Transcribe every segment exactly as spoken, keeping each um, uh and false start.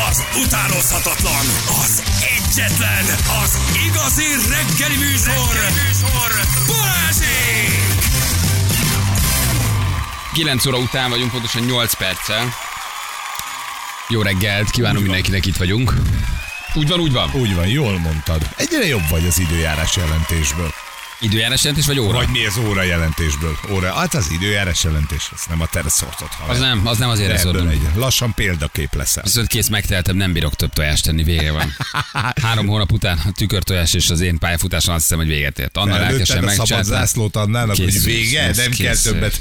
az utánozhatatlan, az egyetlen, az igazi reggeli műsor, reggeli műsor. Balázsék! kilenc óra után vagyunk, pontosan nyolc perccel. Jó reggelt, kívánom mindenkinek, itt vagyunk. Úgy van, úgy van. Úgy van, jól mondtad. Egyre jobb vagy az időjárás jelentésből. Időjárás jelentés vagy óra? Vagy mi az óra jelentésből? Óra. Hát az időjárás jelentés, az nem a te reszortod. Az nem, az nem azért reszortom. Lassan példakép leszel. Viszont kész, megteltem, nem bírok több tojást tenni, vége van. Három hónap után a tükörtojás és az én pályafutásom azt hiszem, hogy véget ért. Annál lelkesen megcsináltam. A szabad zászlót annának, kész, hogy vége, kész, nem kész, kell kész, többet.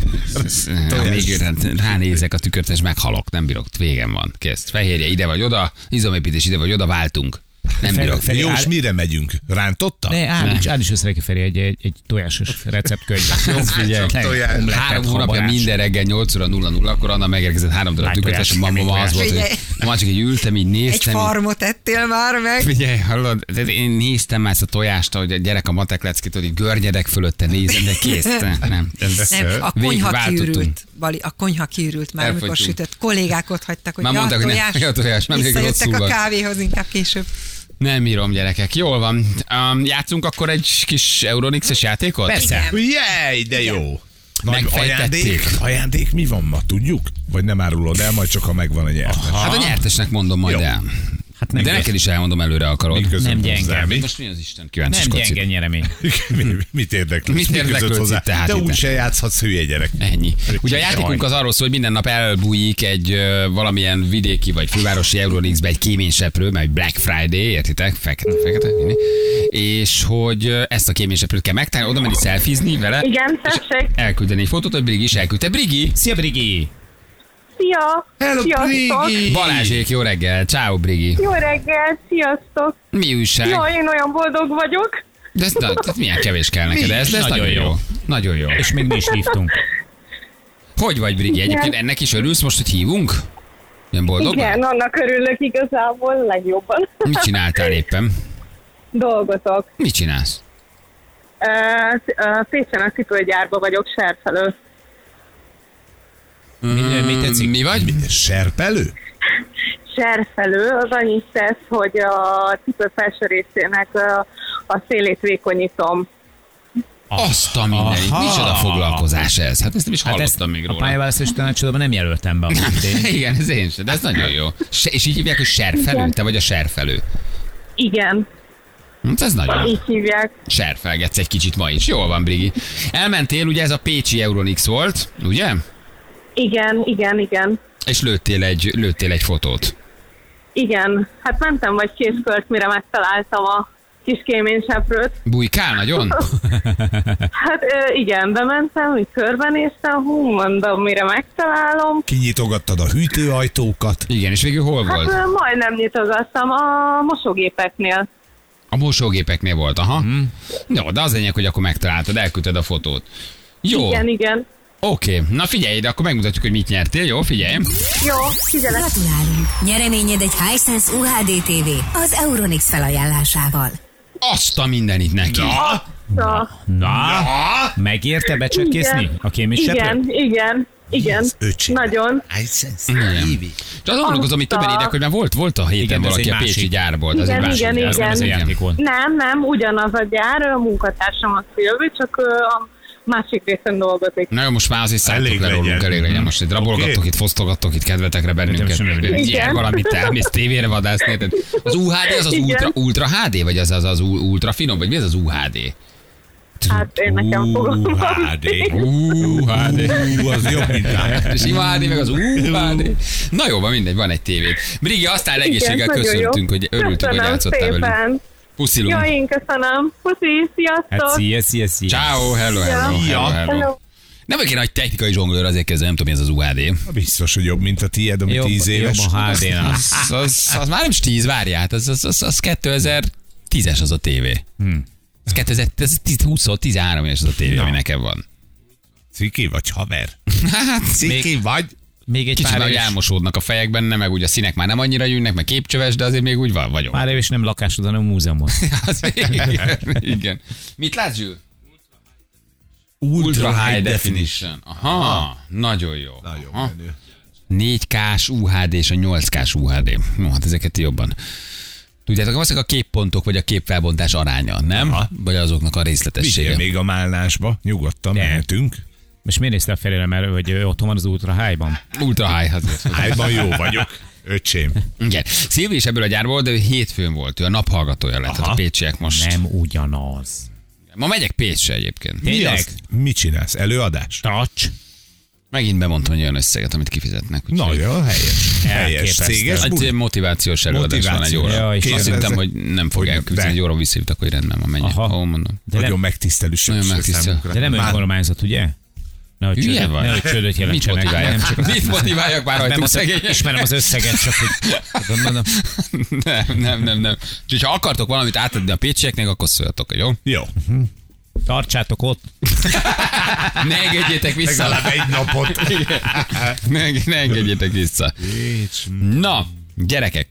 Még ránézek a tükört és meghalok, nem bírok, végem van. Kész. Fehérje ide vagy oda, izomépítés ide vagy oda, váltunk. Nem bírok. Jó, és mire megyünk? Rántotta? Ne, áll is össze neki Feri egy, egy, egy tojásos receptkönyvet. Jó, figyelj. Három hónapja minden reggel nyolc óra nulla nulla, akkor Anna megérkezett három darab tükröt, és ma az volt, hogy ma csak így ültem, így néztem. Egy farmot ettél már meg. Figyelj, hallod, én néztem már ezt a tojást, hogy a gyerek a matekleckit, hogy görnyedek fölötte nézem, de kész. Nem, ez nem, a konyha kiürült, Bali, a konyha kiürült már, amikor sütött. Kollégák ott hagytak, hogy ja, tojás, a tojás, visszajöttek a kávéhoz inkább később. Nem írom, gyerekek. Jól van. Um, játszunk akkor egy kis Euronix-es játékot? Persze. Jaj, de jó. Nagy ajándék. Ajándék mi van ma, tudjuk? Vagy nem árulod el, majd csak ha megvan a nyertes. Aha. Hát a nyertesnek mondom majd jó. El. Hát nem de neked is elmondom, előre akarod. Nem gyenge. Most mi az Isten kíváncsi Nem gyenge nyeremény. Mit érdeklődsz? Mit érdeklődsz hozzá? De úgy se játszhatsz, hülye gyerek. Ennyi. Ugye a játékunk az arról szól, hogy minden nap elbújik egy uh, valamilyen vidéki vagy fővárosi Euronix-be egy kéményseprő, meg Black Friday, értitek? Fekete, fekete. És hogy uh, ezt a kéményseprőt kell megtalálni, oda menni szelfizni vele. Igen, tessék. Elküldeni egy fotót, hogy Brigi is elküldte. Brigi! Szia, Brigi! Szia! Hello, Brigi! Balázsék, jó reggel! Ciao, Brigi! Jó reggel, sziasztok! Mi újság? Jó, én olyan boldog vagyok. De ez, na, ez milyen kevés kell neked, ez, ez nagyon, nagyon jó. jó. Nagyon jó. És még mi is hívtunk. Hogy vagy, Brigi? Egyébként ennek is örülsz most, hogy hívunk? Ilyen boldog? Igen, annak örülök igazából legjobban. Mit csináltál éppen? Dolgozok. Mit csinálsz? Uh, uh, Pécsen a cipőgyárba vagyok, Serfelő. Mi, mi tetszik? Mi vagy? Mi, serpelő? Serfelő, az annyit tesz, hogy a cipő felső részének a, a szélét vékonyítom. Azt a mindenit. Micsoda foglalkozás ez? Hát ezt nem is hát hallottam még róla. A pályaválasztási tanácsadóban nem jelöltem be. Igen, ez én sem, de ez nagyon jó. Se, és így hívják, hogy serfelő? Igen. Te vagy a serfelő? Igen. Hát ez nagyon. Így hívják. Serfelgetsz egy kicsit ma is. Jól van, Brigi. Elmentél, ugye ez a pécsi Euronix volt, ugye? Igen, igen, igen. És lőttél egy, lőttél egy fotót. Igen, hát mentem vagy két kört, mire megtaláltam a kis kéményseprőt. Bujkál nagyon? Hát igen, bementem, úgy körbenéztem, hú, mondom, mire megtalálom. Kinyitogattad a hűtőajtókat. Igen, és végül hol volt? Hát majdnem nyitogattam, a mosógépeknél. A mosógépeknél volt, aha. Hmm. Jó, de az lényeg, hogy akkor megtaláltad, elküldted a fotót. Jó. Igen, igen. Oké, okay. Na figyelj, de akkor megmutatjuk, hogy mit nyertél, jó? Figyelj! Jó, figyelek. Gratulálunk! Nyereményed egy Hisense u há dé té vé az Euronix felajánlásával. Azt a mindenit neki! Na! Na! Na! Megérte becsökkészni a kéményseprőt? Igen, igen. Igen, nagyon. Hisense. Csak azon gondolkozom, hogy többen írják, hogy már volt, volt a héten igen, valaki a pécsi gyárból. Igen, igen, igen. igen. Ez nem, nem, nem, ugyanaz a gyár, a munkatársam a Szilvi, csak a másik részen dolgozik. Na jó, most már azért szálltok le rólunk, elég legyen. Most itt rabolgattok, okay. Itt fosztogattok, itt kedvetekre bennünket. Igen, valamit elmész tévére vadászni. Az u há dé az az ultra, ultra há dé, vagy az az, az ultra finom, vagy mi ez az u há dé? Hát én nekem fogom. u há dé. u há dé. Az jobb, mint és u há dé, meg az u há dé. Na jó, van mindegy, van egy tévé. Brigi, aztán egészséggel köszöntünk, hogy örültünk, hogy játszottál velünk. Puszilunk. Jó, én köszönöm. Puszi, sziasztok. Hát szia, szia, szia. Ciao, hello, hello, hello, hello. Nem vagy egy nagy technikai zsonglőr, azért kezdve, nem tudom, mi ez az u há dé. Biztos, hogy jobb, mint a tiéd, ami jobb, tíz éves. Jobb a há dé. Az, az, az már nem is tíz, várját, az, az, az, az kétezer-tízes az a tévé. Hmm. Ez kétezer-húsz, tizenhárom éves az a tévé, no. Ami nekem van. Ciki vagy haver? Hát, Ciki még, vagy? Még egy kicsit pár éves... elmosódnak a fejek benne, meg úgy a színek már nem annyira jönnek, meg képcsöves, de azért még úgy van vagyok. Pár éves nem lakásod, hanem múzeumot. igen, igen. Mit látsz, Zsül? Ultra, Ultra high, high definition. definition. Aha, Aha, nagyon jó. Nagyon Aha. menő. négy ká-s u há dé és a nyolc ká-s u há dé. No, hát ezeket jobban. Tudjátok, valószínűleg a képpontok vagy a képfelbontás aránya, nem? Aha. Vagy azoknak a részletessége. Vigyél még a málnásba, nyugodtan de. mehetünk. Most miért néztél felére, mert hogy otthon van az Ultra High-ban? Ultra High, hát. High-ban jó vagyok. Öcsém. Igen. Szilvi is ebből a gyárból, de ő hétfőn volt, ő a naphallgatója lett, hát a pécsiek most. Nem ugyanaz. Ma megyek Pécsre egyébként. Mi az? Mit csinálsz? Előadás? Tacs. Megint bemondtam egy olyan összeget, amit kifizetnek. Nagyon helyes. Helyes. Céges egy motivációs előadás van egy óra. Ja, azt hittem, hogy nem fog elküldeni egy óra visszajut, akkor rendben van, menjek. Ahol mondom. De nagyon megtisztelő számunkra. De nem önkormányzat, ugye? Nehogy csődöt, nehogy csődöt jelentsenek. Mit motiváljak? Nem, csak Mit motiváljak már rajtuk szegény? Ismerem az összeget, csak hogy... nem, nem, nem, nem. Úgyhogy ha akartok valamit átadni a pécsieknek, akkor szóljatok, jó? Jó. Tartsátok ott. Ne engedjétek vissza. Legalább egy napot. ne, ne engedjétek vissza. Na, gyerekek.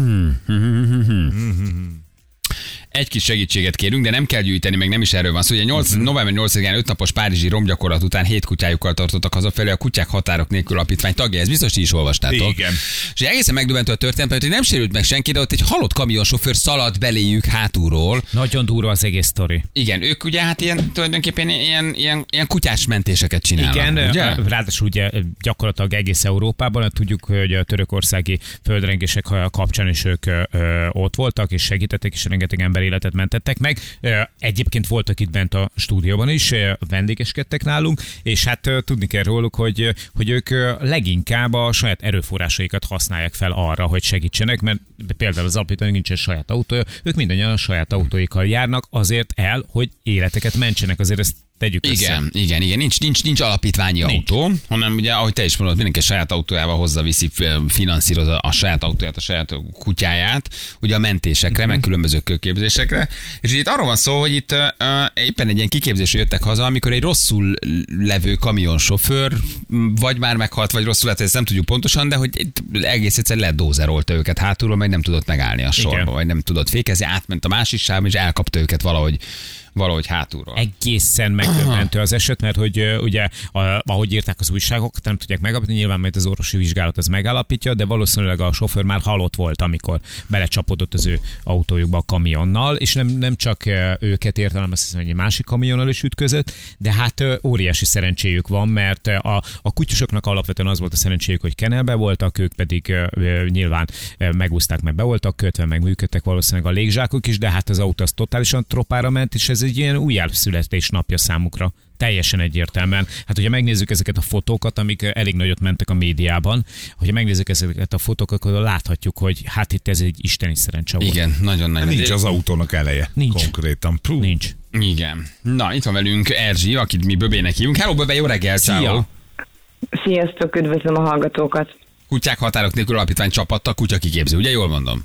Egy kis segítséget kérünk, de nem kell gyűjteni, meg nem is erről van szó. Ugye nyolc, november nyolcadikán öt napos párizsi romgyakorlat után hét kutyájukkal tartottak hazafelé a Kutyák Határok Nélkül Alapítvány tagja. Ez biztos ti is olvastátok. Igen. És egészen megdöbbentő a történet, mert hogy nem sérült meg senki, de ott egy halott kamionsofőr szaladt beléjük hátulról. Nagyon durva az egész sztori. Igen, ők ugye hát ilyen, tulajdonképpen ilyen, ilyen, ilyen kutyás mentéseket csinálnak. Igen, ugye? Ráadásul ugye gyakorlatilag egész Európában, tudjuk, hogy a törökországi földrengések kapcsán is ők ott voltak, és segítettek, és rengeteg ember életet mentettek meg. Egyébként voltak itt bent a stúdióban is, vendégeskedtek nálunk, és hát tudni kell róluk, hogy, hogy ők leginkább a saját erőforrásaikat használják fel arra, hogy segítsenek, mert például az alapítónak nincsen saját autója, ők mindannyian a saját autóikkal járnak azért el, hogy életeket mentsenek, azért ezt tegyük össze. Igen, igen, igen. Nincs, nincs, nincs alapítványi nincs. autó, hanem ugye, ahogy te is mondod, mindenki a saját autójával hozzaviszi, finanszírozza a saját autóját, a saját kutyáját, ugye a mentésekre, uh-huh. meg különböző kőképzésekre. És itt arról van szó, hogy itt uh, éppen egy ilyen kiképzésre jöttek haza, amikor egy rosszul levő kamionsofőr, vagy már meghalt, vagy rosszul lett, ezt nem tudjuk pontosan, de hogy egész egyszer ledózerolta őket hátulról, meg nem tudott megállni a sorba, igen. vagy nem tudott fékezni, átment a másik sávba, és elkapta őket valahogy valahogy hátulról. Egészen megdöbbentő az eset, mert hogy uh, ugye, a, ahogy írták az újságok, nem tudják megállapítani, nyilván majd az orvosi vizsgálat az megállapítja, de valószínűleg a sofőr már halott volt, amikor belecsapódott az ő autójukba a kamionnal, és nem, nem csak őket értelem, azt hiszem, hogy egy másik kamionnal is ütközött, de hát uh, óriási szerencséjük van, mert a, a kutyusoknak alapvetően az volt a szerencséjük, hogy kenelbe voltak, ők pedig uh, nyilván uh, megúszták, meg be voltak kötve, meg működtek valószínűleg a légzsákok is, de hát az autó az totálisan tropára ment, és ez egy ilyen újjászületés napja számukra. Teljesen egyértelműen. Hát, hogyha megnézzük ezeket a fotókat, amik elég nagyot mentek a médiában, hogyha megnézzük ezeket a fotókat, akkor láthatjuk, hogy hát itt ez egy isteni szerencse volt. Igen, nagyon nagy. Nincs az autónak eleje. Nincs. Konkrétan. Puh. Nincs. Igen. Na, itt van velünk Erzsi, akit mi Böbének hívunk. Hello, Böbe, jó reggel, ciao. Sziasztok, üdvözlöm a hallgatókat. Kutyák Határok Nélkül Alapítvány csapatta, kutya kiképző, ugye jól mondom?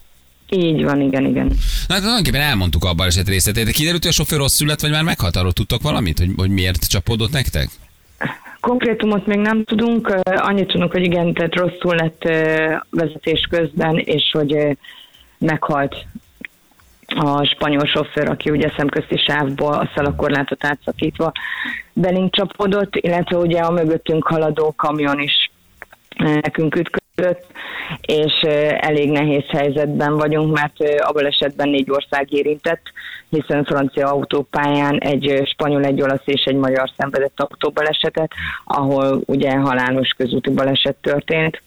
Így van, igen, igen. Na, tulajdonképpen elmondtuk abban az eset részletét, de kiderült, hogy a sofőr rosszul lett, vagy már meghalt, arról tudtok valamit, hogy, hogy miért csapódott nektek? Konkrétumot még nem tudunk, annyit tudunk, hogy igen, tehát rosszul lett vezetés közben, és hogy meghalt a spanyol sofőr, aki ugye szemközti sávból a szalakorlátot átszakítva belénk csapódott, illetve ugye a mögöttünk haladó kamion is nekünk ütközött, és elég nehéz helyzetben vagyunk, mert abban esetben négy ország érintett, hiszen francia autópályán egy spanyol, egy olasz és egy magyar szenvedett autóbalesetet, ahol ugye halálos közúti baleset történt,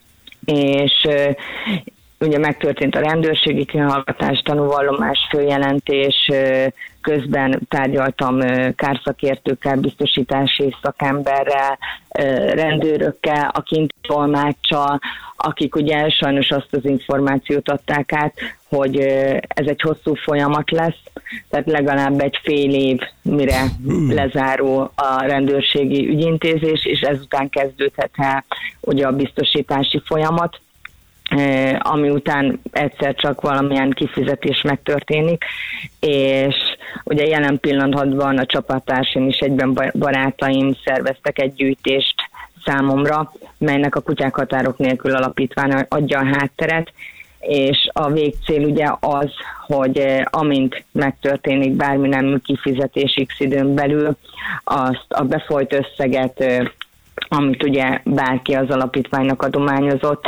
és ugye megtörtént a rendőrségi kihallgatás, tanúvallomás, följelentés, közben tárgyaltam kárszakértőkkel, biztosítási szakemberrel, rendőrökkel, a kint tolmáccsal, akik ugye sajnos azt az információt adták át, hogy ez egy hosszú folyamat lesz, tehát legalább egy fél év, mire lezárul a rendőrségi ügyintézés, és ezután kezdődhet el ugye a biztosítási folyamat, ami után egyszer csak valamilyen kifizetés megtörténik, és ugye jelen pillanatban a csapattársaim is egyben barátaim szerveztek egy gyűjtést számomra, melynek a Kutyák Határok Nélkül Alapítvány adja a hátteret, és a végcél ugye az, hogy amint megtörténik bármi nemű kifizetés X időn belül, azt a befolyt összeget amit ugye bárki az alapítványnak adományozott,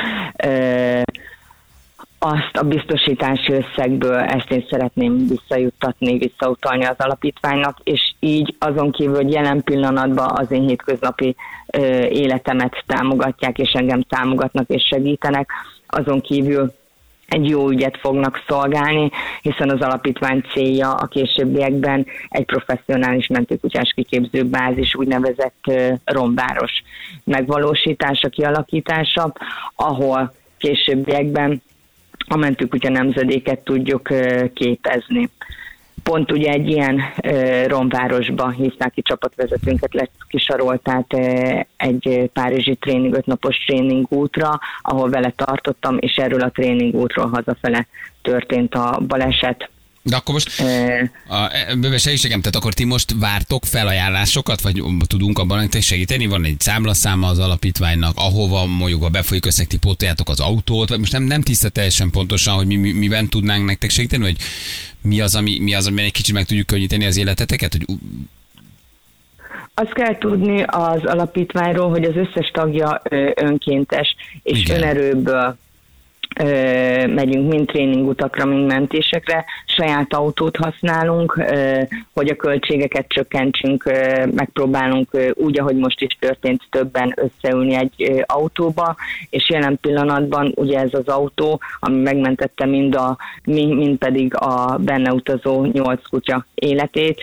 azt a biztosítási összegből ezt én szeretném visszajuttatni, visszautalni az alapítványnak, és így azon kívül, hogy jelen pillanatban az én hétköznapi ö, életemet támogatják, és engem támogatnak és segítenek, azon kívül egy jó ügyet fognak szolgálni, hiszen az alapítvány célja a későbbiekben egy professzionális mentőkutyás kiképző bázis, úgynevezett romváros megvalósítása, kialakítása, ahol későbbiekben a mentőkutya nemzedéket tudjuk képezni. Pont ugye egy ilyen romvárosba hívták ki csapatvezetőnket, lett kisarolt át egy párizsi tréning, ötnapos tréning útra, ahol vele tartottam, és erről a tréning útról hazafele történt a baleset. De akkor most, e, segítségem, tehát akkor ti most vártok felajánlásokat, vagy tudunk abban segíteni? Van egy számlaszáma az alapítványnak, ahova mondjuk a befolyik összeg, ti pótoljátok az autót, vagy most nem, nem tiszta teljesen pontosan, hogy mi, mi, miben tudnánk nektek segíteni, vagy mi az, ami, mi az, amiben egy kicsit meg tudjuk könnyíteni az életeteket? Hogy... Azt kell tudni az alapítványról, hogy az összes tagja önkéntes, és igen, önerőből megyünk mind tréningutakra, mind mentésekre, saját autót használunk, hogy a költségeket csökkentsünk, megpróbálunk úgy, ahogy most is történt, többen összeülni egy autóba, és jelen pillanatban ugye ez az autó, ami megmentette mind, a, mind pedig a benne utazó nyolc kutya életét,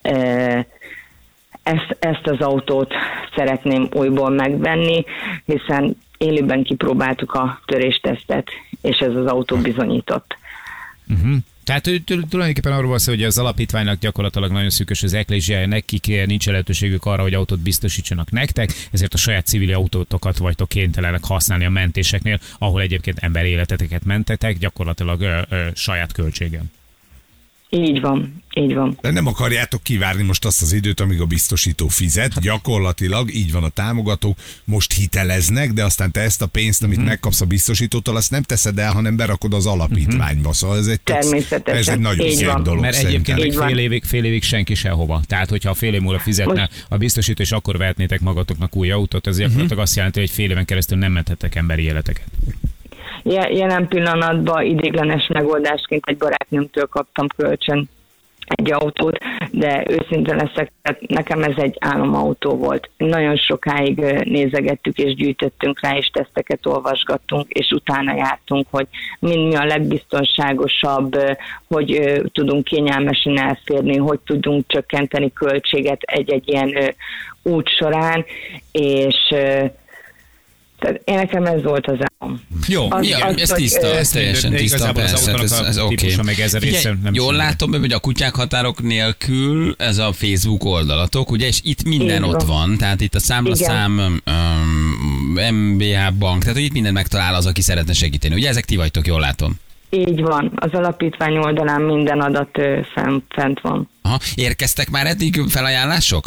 ezt, ezt az autót szeretném újból megvenni, hiszen élőben kipróbáltuk a töréstesztet, és ez az autó bizonyított. Uh-huh. Tehát tulajdonképpen arról van szó, hogy az alapítványnak gyakorlatilag nagyon szűkös az eklézsiája, nekik nincs lehetőségük arra, hogy autót biztosítsanak nektek, ezért a saját civil autótokat vagytok kénytelenek használni a mentéseknél, ahol egyébként ember életeteket mentetek, gyakorlatilag ö, ö, saját költségen. Így van, így van. De nem akarjátok kivárni most azt az időt, amíg a biztosító fizet. Gyakorlatilag így van, a támogatók most hiteleznek, de aztán te ezt a pénzt, amit uh-huh. megkapsz a biztosítótól, azt nem teszed el, hanem berakod az alapítványba. Uh-huh. Szóval ez egy, természetesen. Ez egy nagyon szép dolog. Mert szerintem. egyébként fél évig, fél évig senki sehova. Tehát, hogyha fél év múlva fizetne most... a biztosító, és akkor vehetnétek magatoknak új autót, ez gyakorlatilag uh-huh. azt jelenti, hogy fél éven keresztül nem menthettek emberi életeket. Jelen pillanatban idéglenes megoldásként egy barátnőmtől kaptam kölcsön egy autót, de őszinte leszek, nekem ez egy álomautó volt. Nagyon sokáig nézegettük és gyűjtöttünk rá, és teszteket olvasgattunk, és utána jártunk, hogy mind mi a legbiztonságosabb, hogy tudunk kényelmesen elférni, hogy tudunk csökkenteni költséget egy-egy ilyen út során, és tehát én nekem ez volt az álom. Jó, az, ja, az, ez hogy, tiszta, ez teljesen tiszta, persze, ez, ez oké. Okay. Jól látom, hogy a Kutyák Határok nélkül ez a Facebook oldalatok, ugye, és itt minden ott van, tehát itt a számlaszám, um, em bé há bank, tehát itt minden megtalál az, aki szeretne segíteni. Ugye ezek ti vagytok, jól látom? Így van, az alapítvány oldalán minden adat fent, fent van. Aha. Érkeztek már eddig felajánlások?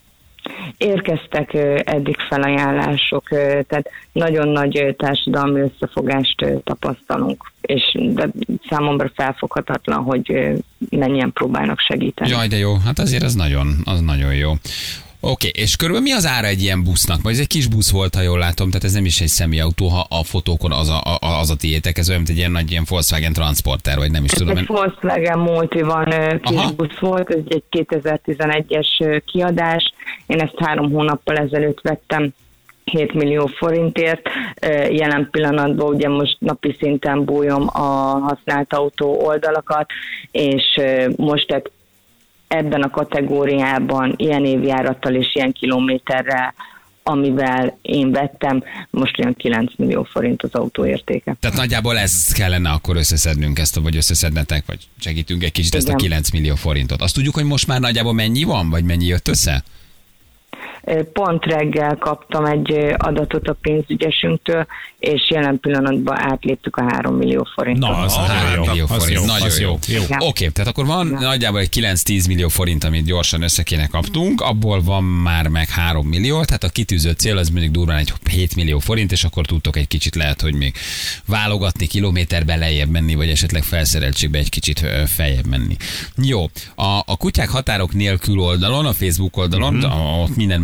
Érkeztek eddig felajánlások, tehát nagyon nagy társadalmi összefogást tapasztalunk, és de számomra felfoghatatlan, hogy mennyien próbálnak segíteni. Jaj, de jó, hát azért az nagyon, az nagyon jó. Oké, okay, és körülbelül mi az ára egy ilyen busznak? Vagy ez egy kis busz volt, ha jól látom, tehát ez nem is egy személyautó, ha a fotókon az a, a, az a tiétek, ez olyan, mint egy ilyen nagy ilyen Volkswagen Transporter, vagy nem is ez tudom. Egy Volkswagen Multi van, kis Aha. busz volt, ez egy kétezer-tizenegyes kiadás, én ezt három hónappal ezelőtt vettem hét millió forintért, jelen pillanatban ugye most napi szinten bújom a használt autó oldalakat, és most egy ebben a kategóriában ilyen évjárattal és ilyen kilométerrel, amivel én vettem, most olyan kilenc millió forint az autó értéke. Tehát nagyjából ez kellene akkor összeszednünk ezt, vagy összeszednetek, vagy segítünk egy kicsit. Igen. Ezt a kilenc millió forintot. Azt tudjuk, hogy most már nagyjából mennyi van, vagy mennyi jött össze? Pont reggel kaptam egy adatot a pénzügyesünktől, és jelen pillanatban átléptük a három millió forintot. Na, az három millió forint. Jó, nagyon jó. jó. Oké, okay, tehát akkor van ja. nagyjából egy kilenc-tíz millió forint, amit gyorsan össze kéne kaptunk, abból van már meg három millió, tehát a kitűzött cél az mondjuk durván egy hét millió forint, és akkor tudtok egy kicsit lehet, hogy még válogatni, kilométerbe lejjebb menni, vagy esetleg felszereltségbe egy kicsit feljebb menni. Jó, a, a Kutyák Határok nélkül oldalon, a Facebook oldalon, mm-hmm. ott minden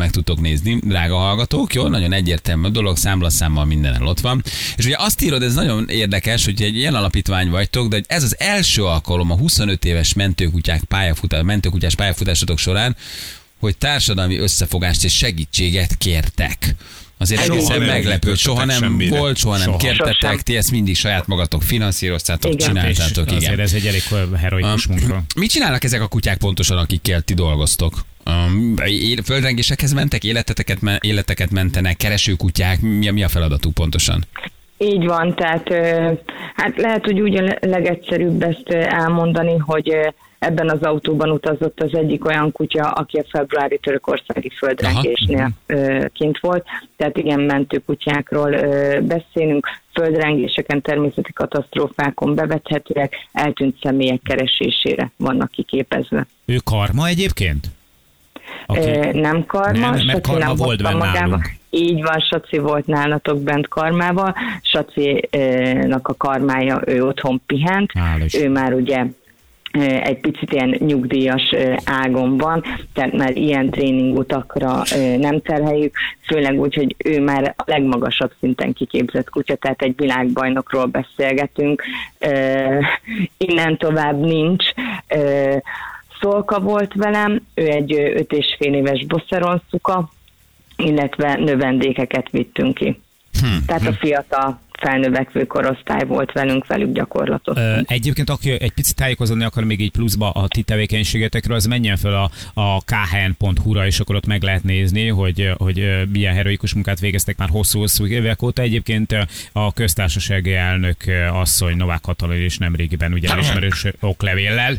meg tudtok nézni, drága hallgatók, jó? Nagyon egyértelmű dolog, számlaszámmal mindenen ott van. És ugye azt írod, ez nagyon érdekes, hogy egy ilyen alapítvány vagytok, de ez az első alkalom a huszonöt éves mentőkutyák pályafutás, mentőkutyás pályafutásotok során, hogy társadalmi összefogást és segítséget kértek. Azért egészen meglepő, soha nem semmire. volt, soha nem soha. kértetek, Sosem. ti ezt mindig saját magatok finanszíroztátok, igen. csináltátok. És igen. Ez egy elég heroikus munka. Mit csinálnak ezek a kutyák pontosan, akikkel ti dolgoztok? Um, földrengésekhez mentek, életeteket, életeket mentenek, keresőkutyák, mi a, mi a feladatuk pontosan? Így van, tehát hát lehet, hogy úgy a legegyszerűbb ezt elmondani, hogy ebben az autóban utazott az egyik olyan kutya, aki a februári törökországi földrengésnél Aha. kint volt. Tehát igen, mentőkutyákról beszélünk, földrengéseken, természeti katasztrófákon bevethetőek, eltűnt személyek keresésére vannak kiképezve. Ő karma egyébként? Aki... Nem karma, nem, mert karma nem volt benne nálunk. Így van, Saci volt nálatok bent karmával. Sacinak a karmája, ő otthon pihent. Hálás. Ő már ugye egy picit ilyen nyugdíjas ágon van, tehát már ilyen tréningutakra nem terheljük, főleg úgy, hogy ő már a legmagasabb szinten kiképzett kutya, tehát egy világbajnokról beszélgetünk. Innen tovább nincs. Szolka volt velem, ő egy öt és fél éves boszeronszuka, illetve növendékeket vittünk ki. Hmm. Tehát a fiatal felnövekvő korosztály volt velünk, velük gyakorlatot. Egyébként, aki egy picit tájékozódni akar még így pluszba a ti tevékenységetekről, az menjen fel a, a k h n pont h u ra, és akkor ott meg lehet nézni, hogy, hogy milyen heroikus munkát végeztek már hosszú-hosszú évek óta. Egyébként a köztársasági elnök asszony Novák Katalin és nemrégiben ugye elismerős oklevéllel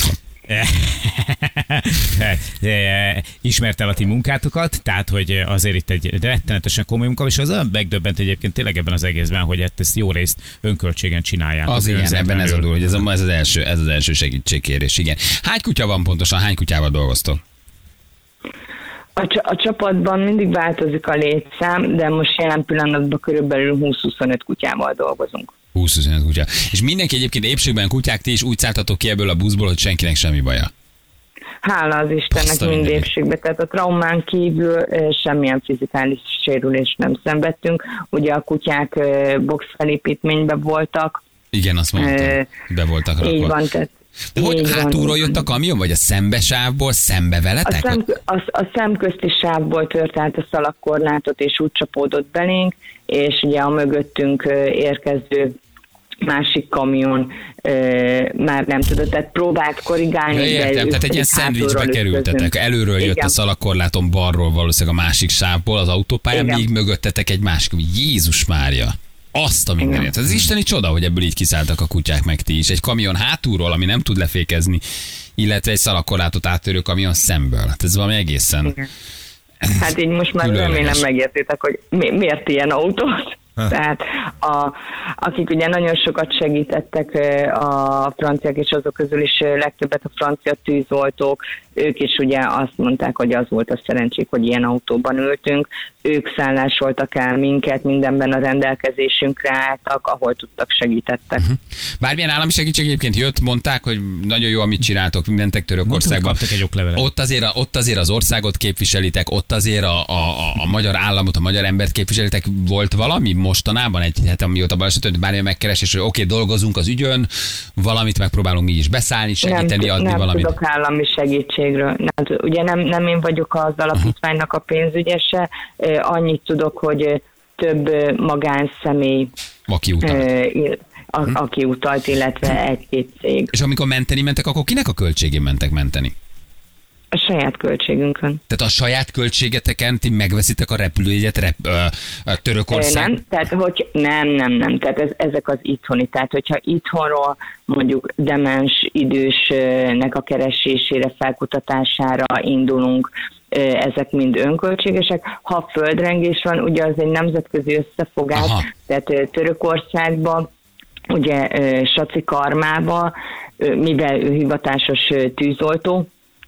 ismert el a ti munkátokat, tehát hogy azért itt egy rettenetesen komoly munka, és az olyan megdöbbent egyébként tényleg ebben az egészben, hogy ezt jó részt önköltségen csinálják. Az igen, ebben ez a dolog, hogy ez, a, ez, az első, ez az első segítségkérés, igen. Hány kutya van pontosan, hány kutyával dolgoztok? A, a csapatban mindig változik a létszám, de most jelen pillanatban körülbelül húsz-huszonöt kutyával dolgozunk. húsz-huszonöt kutya. És mindenki egyébként épségben kutyák, ti is úgy szálltatok ki ebből a buszból, hogy senkinek semmi baja. Hála az Istennek mind épségben. Tehát a traumán kívül semmilyen fizikális sérülést nem szenvedtünk. Ugye a kutyák boxfelépítményben voltak. Igen, azt mondtam, be voltak rakva. Így van, tehát de hogy hátulról jött a kamion, vagy a szembesávból szembe veletek? A, szem, a, a szemközti sávból tört át a szalagkorlátot, és úgy csapódott belénk, és ugye a mögöttünk érkező másik kamion ö, már nem tudott, tehát próbált korrigálni. Ja, értem, tehát egy ilyen szendvicsbe kerültetek. Előről jött Igen. a szalagkorláton balról valószínűleg a másik sávból az autópályán, míg mögöttetek egy másik. Jézus Mária! Azt a mindenért. Ez isteni csoda, hogy ebből így kiszálltak a kutyák, meg ti is. Egy kamion hátulról, ami nem tud lefékezni, illetve egy szalagkorlátot áttörő kamion szemből. Hát ez valami egészen... Igen. Hát így most már remélem megértitek, hogy mi, miért ilyen autót. Ha. Tehát a, akik ugye nagyon sokat segítettek, a franciák, és azok közül is legtöbbet a francia tűzoltók, ők is ugye azt mondták, hogy az volt a szerencsék, hogy ilyen autóban ültünk. Ők szállásoltak el minket, mindenben a rendelkezésünkre álltak, ahol tudtak, segítettek. Uh-huh. Bármilyen állami segítség egyébként jött, mondták, hogy nagyon jó, amit csináltok, mentek Törökországba. Ott azért, ott azért az országot képviselitek, ott azért a, a, a, a magyar államot, a magyar embert képviselitek. Volt valami mostanában, egy hete, amióta baleset történt, bármilyen megkeresés, hogy oké, okay, dolgozunk az ügyön, valamit megpróbálunk mi is beszállni, segíteni, nem, adni nem valamit. Nem tudok állami segítségről. Nem, ugye nem, nem én vagyok az alapítványnak a pénzügyese, annyit tudok, hogy több magánszemély, aki utalt, a, aki utalt, illetve egy-két cég. És amikor menteni mentek, akkor kinek a költségén mentek menteni? A saját költségünkön. Tehát a saját költségeteken ti megveszitek a repülőjegyet rep, ö, ö, Törökország? Nem, tehát hogy nem, nem, nem. Tehát ez, ezek az itthoni. Tehát hogyha itthonról mondjuk demens idősnek a keresésére, felkutatására indulunk, ezek mind önköltségesek. Ha földrengés van, ugye az egy nemzetközi összefogás, Aha. tehát Törökországban, ugye Saci karmába, mivel ő hivatásos tűzoltó,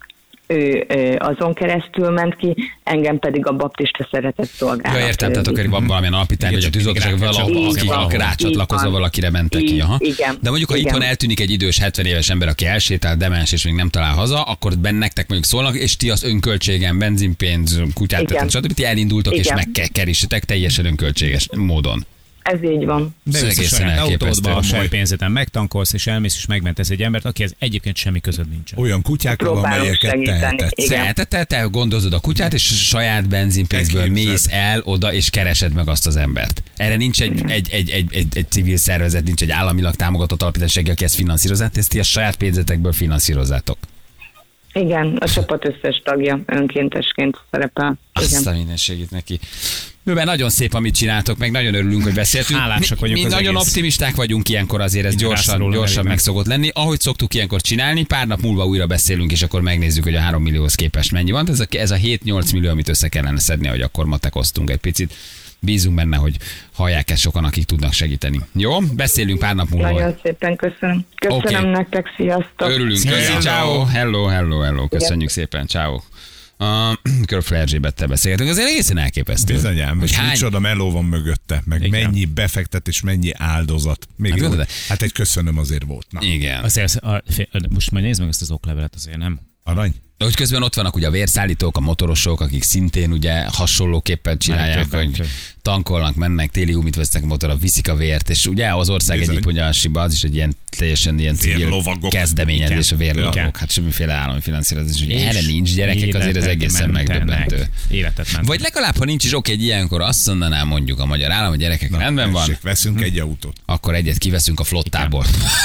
ő, ő azon keresztül ment ki, engem pedig a baptista szeretett szolgálat. Ja, értem, tehát akkor van valamilyen alapítvány, vagy a tűzoltóság valaki rácsatlakozva valakire mentek ki. Aha. Igen, de mondjuk, ha igen. itthon eltűnik egy idős hetven éves ember, aki elsétál, demens, és még nem talál haza, akkor nektek mondjuk szólnak, és ti az önköltségen, benzinpénz, kutyát, stb. Ti elindultok, igen. és megkerítitek teljesen önköltséges módon. Ez így van. De ez egészen elképesztő. A saját pénzeden megtankolsz, és elmész, és megmentesz egy embert, akihez egyébként semmi közöd nincsen. Olyan kutyákkal, amelyeket tehetetsz. Te, te gondozod a kutyát, és saját benzinpénzből mész el oda, és keresed meg azt az embert. Erre nincs egy, egy, egy, egy, egy, egy civil szervezet, nincs egy államilag támogatott alapítvány, aki ezt finanszírozzát, ezt ti a saját pénzetekből finanszírozzátok. Igen, a csapat összes tagja önkéntesként szerepel. Azt a minden segít neki. Nőben nagyon szép, amit csináltok, meg nagyon örülünk, hogy beszéltünk. Hálásak vagyunk. Mi, mi nagyon egész. Optimisták vagyunk ilyenkor, azért ez gyorsan, gyorsan meg szokott lenni. Ahogy szoktuk ilyenkor csinálni, pár nap múlva újra beszélünk, és akkor megnézzük, hogy a három millióhoz képest mennyi van. Ez a, ez a hét-nyolc millió, amit össze kellene szedni, hogy akkor matekoztunk egy picit. Bízunk benne, hogy hallják ezt sokan, akik tudnak segíteni. Jó? Beszélünk pár nap múlva. Nagyon szépen köszönöm. Köszönöm okay. nektek, sziasztok. Örülünk. Köszönjük. Ciao. Hello, hello, hello. Köszönjük igen. szépen. Ciao. Uh, Körfle Erzsébettel beszélgetünk, azért egészen elképesztő. Bizonyám, hogy hány... micsoda meló van mögötte, meg igen. mennyi befektetés, mennyi áldozat. Még hát, jó, de... hát egy köszönöm azért volt. Na. Igen. Azért, a, most majd nézd meg ezt az oklevelet, azért nem? Arany? De hogy közben ott vannak ugye a vérszállítók, a motorosok, akik szintén ugye hasonlóképpen csinálják, hogy tankolnak, mennek, téli humit vesznek a motorra, viszik a vért, és ugye az ország Bizony. egyik pontjásiba az is egy ilyen teljesen ilyen civil kezdeményezés, a vérlovagok, hát semmiféle állami finanszírozás, ugye erre nincs gyerekek, azért ez egészen megdöbbentő. Életet ment. Vagy legalább, ha nincs is oké, egy ilyenkor azt mondaná mondjuk a magyar állam, hogy gyerekek, na, rendben van. Veszünk egy autót. Akkor egyet kiveszünk a flottából.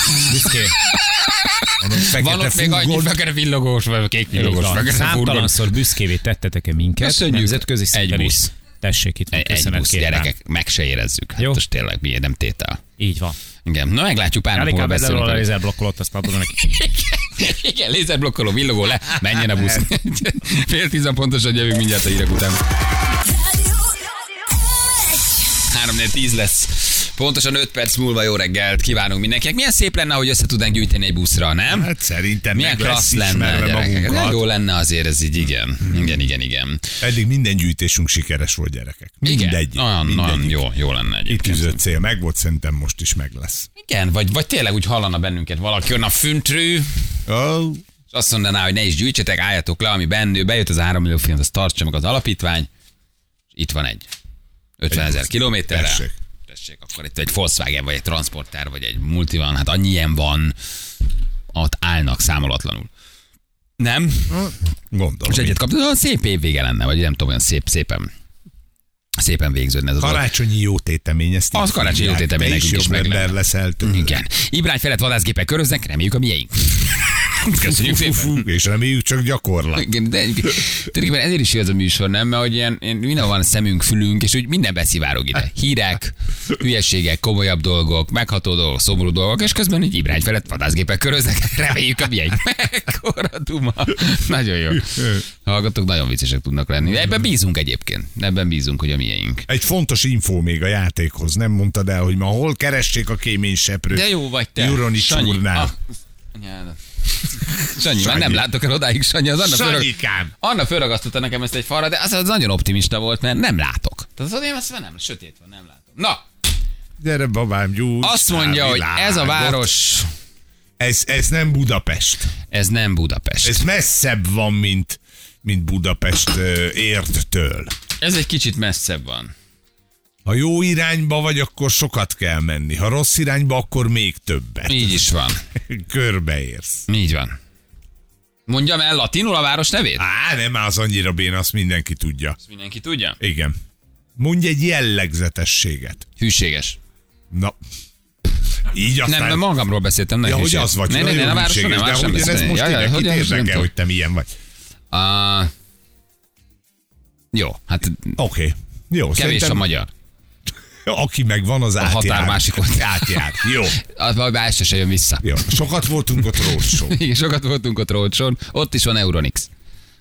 Van ott még annyi fekete villogós, vagy kék villogós. Számtalanszor büszkévé tettetek-e minket? Köszönjük. Nemzetközi egy busz. Tessék itt. Egy, egy busz, gyerekek, meg se érezzük. Hát most tényleg miért nem tétel. Így van. Igen, na meglátjuk pár nap múlva beszélünk. A lézerblokkolót, azt adod neki. Igen, lézerblokkoló, villogó le, menjen a busz. Fél tízan pontosan jövünk mindjárt a hírek után. három négy tíz lesz. Pontosan öt perc múlva jó reggelt kívánunk mindenkinek. Milyen szép lenne, hogy össze tudnánk gyűjteni egy buszra, nem? Hát szerintem milyen meg klassz lenne, gyerekek. Jó lenne azért ez így, igen. Igen, igen, igen. Eddig minden gyűjtésünk sikeres volt, gyerekek. Mindegy. Olyan, olyan jó, jó lenne egyébként. Itt tűzött cél meg volt, szerintem most is meg lesz. Igen, vagy, vagy tényleg úgy hallana bennünket valaki, jön a füntrű, oh. és azt mondaná, hogy ne is gyűjtsetek, álljatok le, ami bennő, bejött az a három millió forint, azt tartsa meg az alapítvány. Itt van egy ötvenezer kilométerre. Tessék, akkor itt egy Volkswagen, vagy egy Transporter, vagy egy Multi van, hát annyi ilyen van, ott állnak számolatlanul. Nem? Gondolom. És egyet kaptad, szép évvége lenne, vagy nem tudom, olyan szép, szépen, szépen végződne. Ez karácsonyi jótétemény, ezt az karácsonyi jótétemény nekünk is meg leszel tőle. Igen. Ibrány felett vadászgépek köröznek, reméljük a miénk. Köszönjük szépen. És reméljük csak gyakorlat. De tényleg ezért is ez a műsor, nem? Mert hogy ilyen, minden van szemünk, fülünk, és úgy minden beszivárog ide. Hírek, hülyeségek, komolyabb dolgok, megható dolgok, szomorú dolgok, és közben így Ibrány felett vadászgépek köröznek, reméljük a miénk. Mekkora duma. Nagyon jó. Hallgatók nagyon viccesek tudnak lenni. Ebben bízunk egyébként. Ebben bízunk, hogy a miénk. Egy fontos infó még a játékhoz. Nem mondtad el, hogy ma hol keressék a kéményseprőt. De jó vagy te. Juronics úrnál. Sanyi, már nem látok el odáig, Sanyi. Az Anna, fölrag... Anna fölragasztotta nekem ezt egy falra, de az, az nagyon optimista volt, mert nem látok. Tehát az én azt nem, sötét van, nem látom. Na! Gyere, babám, gyújts. Azt mondja, hogy ez a város... Ez, ez nem Budapest. Ez nem Budapest. Ez messzebb van, mint, mint Budapest érttől. Ez egy kicsit messzebb van. Ha jó irányba vagy, akkor sokat kell menni. Ha rossz irányba, akkor még többet. Így is van. Körbeérsz. Így van. Mondjam el latinul a város nevét? Á, nem az annyira bén, azt mindenki tudja. Azt mindenki tudja? Igen. Mondj egy jellegzetességet. Hűséges. Na. Így aztán... Nem, magamról beszéltem. Nem ja, hogy az vagy. Ne, ne, ne, a városról nem, de hogy ez most tényleg kit érdekel, hogy te milyen vagy. Uh, jó, hát... Oké. Okay. Jó, kevés szerintem... a magyar. Aki megvan, az átjár. A határ másik oldalán. Átjár. Jó. Az majd este se jön vissza. Jó. Sokat voltunk ott roadshow. Igen, sokat voltunk ott roadshow. Ott is van Euronix.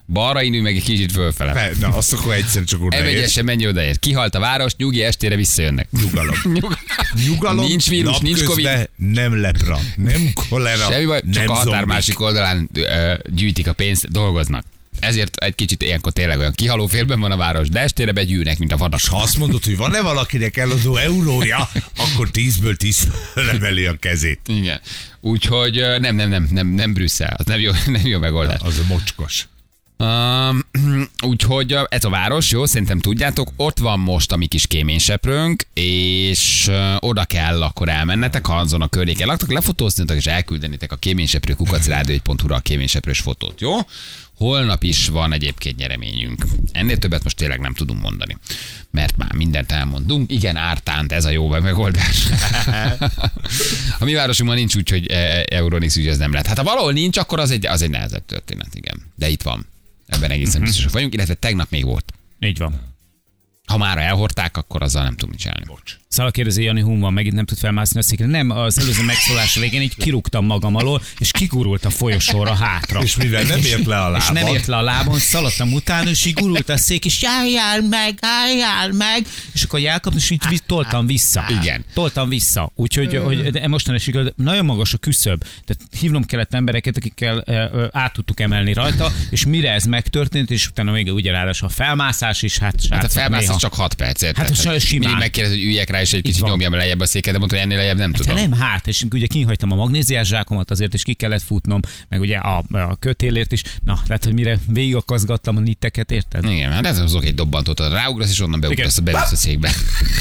Balra indulj meg egy kicsit fölfele. Fe, na, azt akkor egyszer csak odaért. Evegyesen menj odaért. Kihalt a város, nyugi, estére visszajönnek. Nyugalom. Nyugalom. Nyugalom, Nincs vírus, nincs Covid. Nem lepra, nem kolera, Semmi baj, nem csak a határ zombik. másik oldalán ö, gyűjtik a pénzt, dolgoznak. Ezért egy kicsit ilyenkor tényleg olyan kihaló félben van a város, de estére begyűlnek, mint a vadak. Ha azt mondod, hogy van-e valakinek eladó eurója, akkor tízből tíz leveli a kezét. Igen. Úgyhogy ö, nem, nem, nem, nem, nem Brüsszel, az nem jó, nem jó megoldás. Az a mocskos. Um, úgyhogy ez a város, jó, szerintem tudjátok, ott van most a mi kis kéményseprőnk, és uh, oda kell akkor elmennetek, ha azon a környéken laktok, lefotóztatok és elküldenitek a kéményseprő kukac rádió egy pont hu-ra a kéményseprős fotót, jó? Holnap is van egyébként nyereményünk. Ennél többet most tényleg nem tudunk mondani, mert már mindent elmondunk. Igen, ártánt, ez a jó megoldás. A mi városunkban nincs úgy, hogy Euronix ügy, ez nem lehet. Hát ha valahol nincs, akkor az egy, az egy nehezebb történet, igen. De itt van. Ebben egészen uh-huh. biztosak vagyunk, illetve tegnap még volt. Így van. Ha már elhordták, akkor azzal nem tudunk csinálni. Bocs. Szala kérdezi, Jani Hun van, megint nem tud felmászni a székre. Nem, az előző megszólás végén így kirúgtam magam alól, és kigurult a folyosóra hátra. És mivel nem ért le a lábon. És nem ért le a lábon, szaladtam utána, és így gurult a szék, és álljál meg, álljál meg, és akkor elkapni, és így toltam vissza. Igen. Toltam vissza. Úgyhogy hogy mostanáig nagyon magas a küszöb. Tehát hívnom kellett embereket, akikkel át tudtuk emelni rajta, és mire ez megtörtént, és utána még ugye ráadásul a felmászás is, hát Hát a felmászás csak hat perc, érted? Hát most simán. Megkérdez, hogy üljek rá, és egy kicsit nyomjam lejjebb a széket, de mondta, hogy ennél lejjebb nem tudom. Nem, hát, és ugye kihagytam a magnéziás zsákomat, azért is ki kellett futnom, meg ugye a, a kötélért is. Na, tehát, hogy mire végigakazgattam a nitteket, érted? Igen, hát ez azok egy dobbantót, ráugrasz, és onnan beugrasz, beülsz a székbe.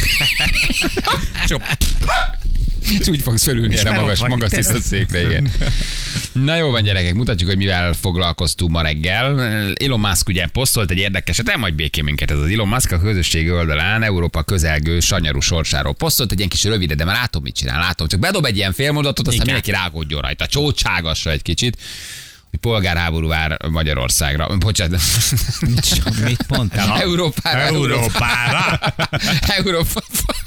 És úgy fogsz felülni erre magas, magas tiszta székre, igen. Na jó van, gyerekek, mutatjuk, hogy mivel foglalkoztunk ma reggel. Elon Musk ugye posztolt egy érdekeset, nem hagy békén minket ez az Elon Musk a közösségi oldalán Európa közelgő sanyarú sorsáról posztolt egy ilyen kis rövidet, de már látom, mit csinál, látom. Csak bedob egy ilyen félmondatot, aztán mindenki rágódjon rajta, csócságassa egy kicsit, hogy polgárháború vár Magyarországra. Bocsánat. Mit mondtál? Európára. Európára. Európa.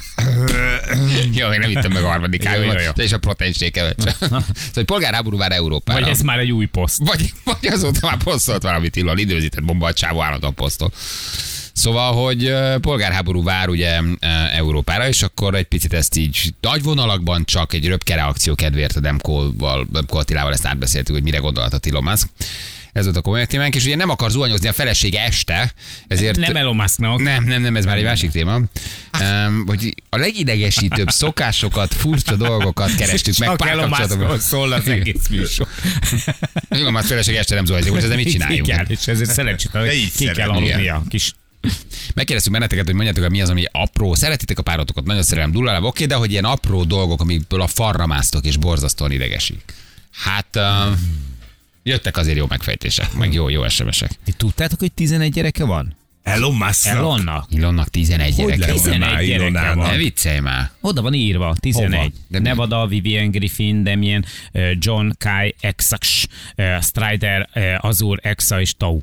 Jó, még nem ittem meg a harmadik kávémat, és a proteinsékemet. Szóval, hogy polgárháború vár Európára. Vagy ez már egy új poszt. Vagy, vagy azóta már posztolt valamit, Illal, időzített bomba, a csávó állandóan posztol. Szóval, hogy polgárháború vár ugye Európára, és akkor egy picit ezt így nagy vonalakban csak egy röpke reakció kedvéért a Demko-val, Demko Attilával ezt átbeszéltük, hogy mire gondolt a Elon Musk. Ez volt a komoly témánk, és ugye nem akar zuhanyozni a felesége este, ezért... Nem Elon Musknak. Nem, nem, nem, ez már egy másik téma. Um, hogy a legidegesítőbb szokásokat, furcsa dolgokat kerestük meg párkapcsolatokban. Szól az egész műsor. Elon Musk felesége este nem zuhanyozik, hogy ezzel mit csináljunk? Igen, és ezért szerencsét, ki kell aludnia kis... Megkérdeztük benneteket, hogy mondjátok, hogy mi az, ami apró. Szeretitek a párotokat, nagyon szerelem, dullálább, oké, de hogy ilyen apró dolgok, amikből a farra másztok és borzasztóan idegesik. Hát uh, jöttek azért jó megfejtések, meg jó, jó es em esek. Ti tudtátok, hogy tizenegy gyereke van? Elon Musknak. Elonnak. Ilonnak tizenegy gyereke van. tizenegy gyereke van. Ne viccelj már. Oda van írva, tizenegy. De Nevada, Vivian Griffin, Damien, John, Kai, Exax, Strider, Azur, Exa és Tau.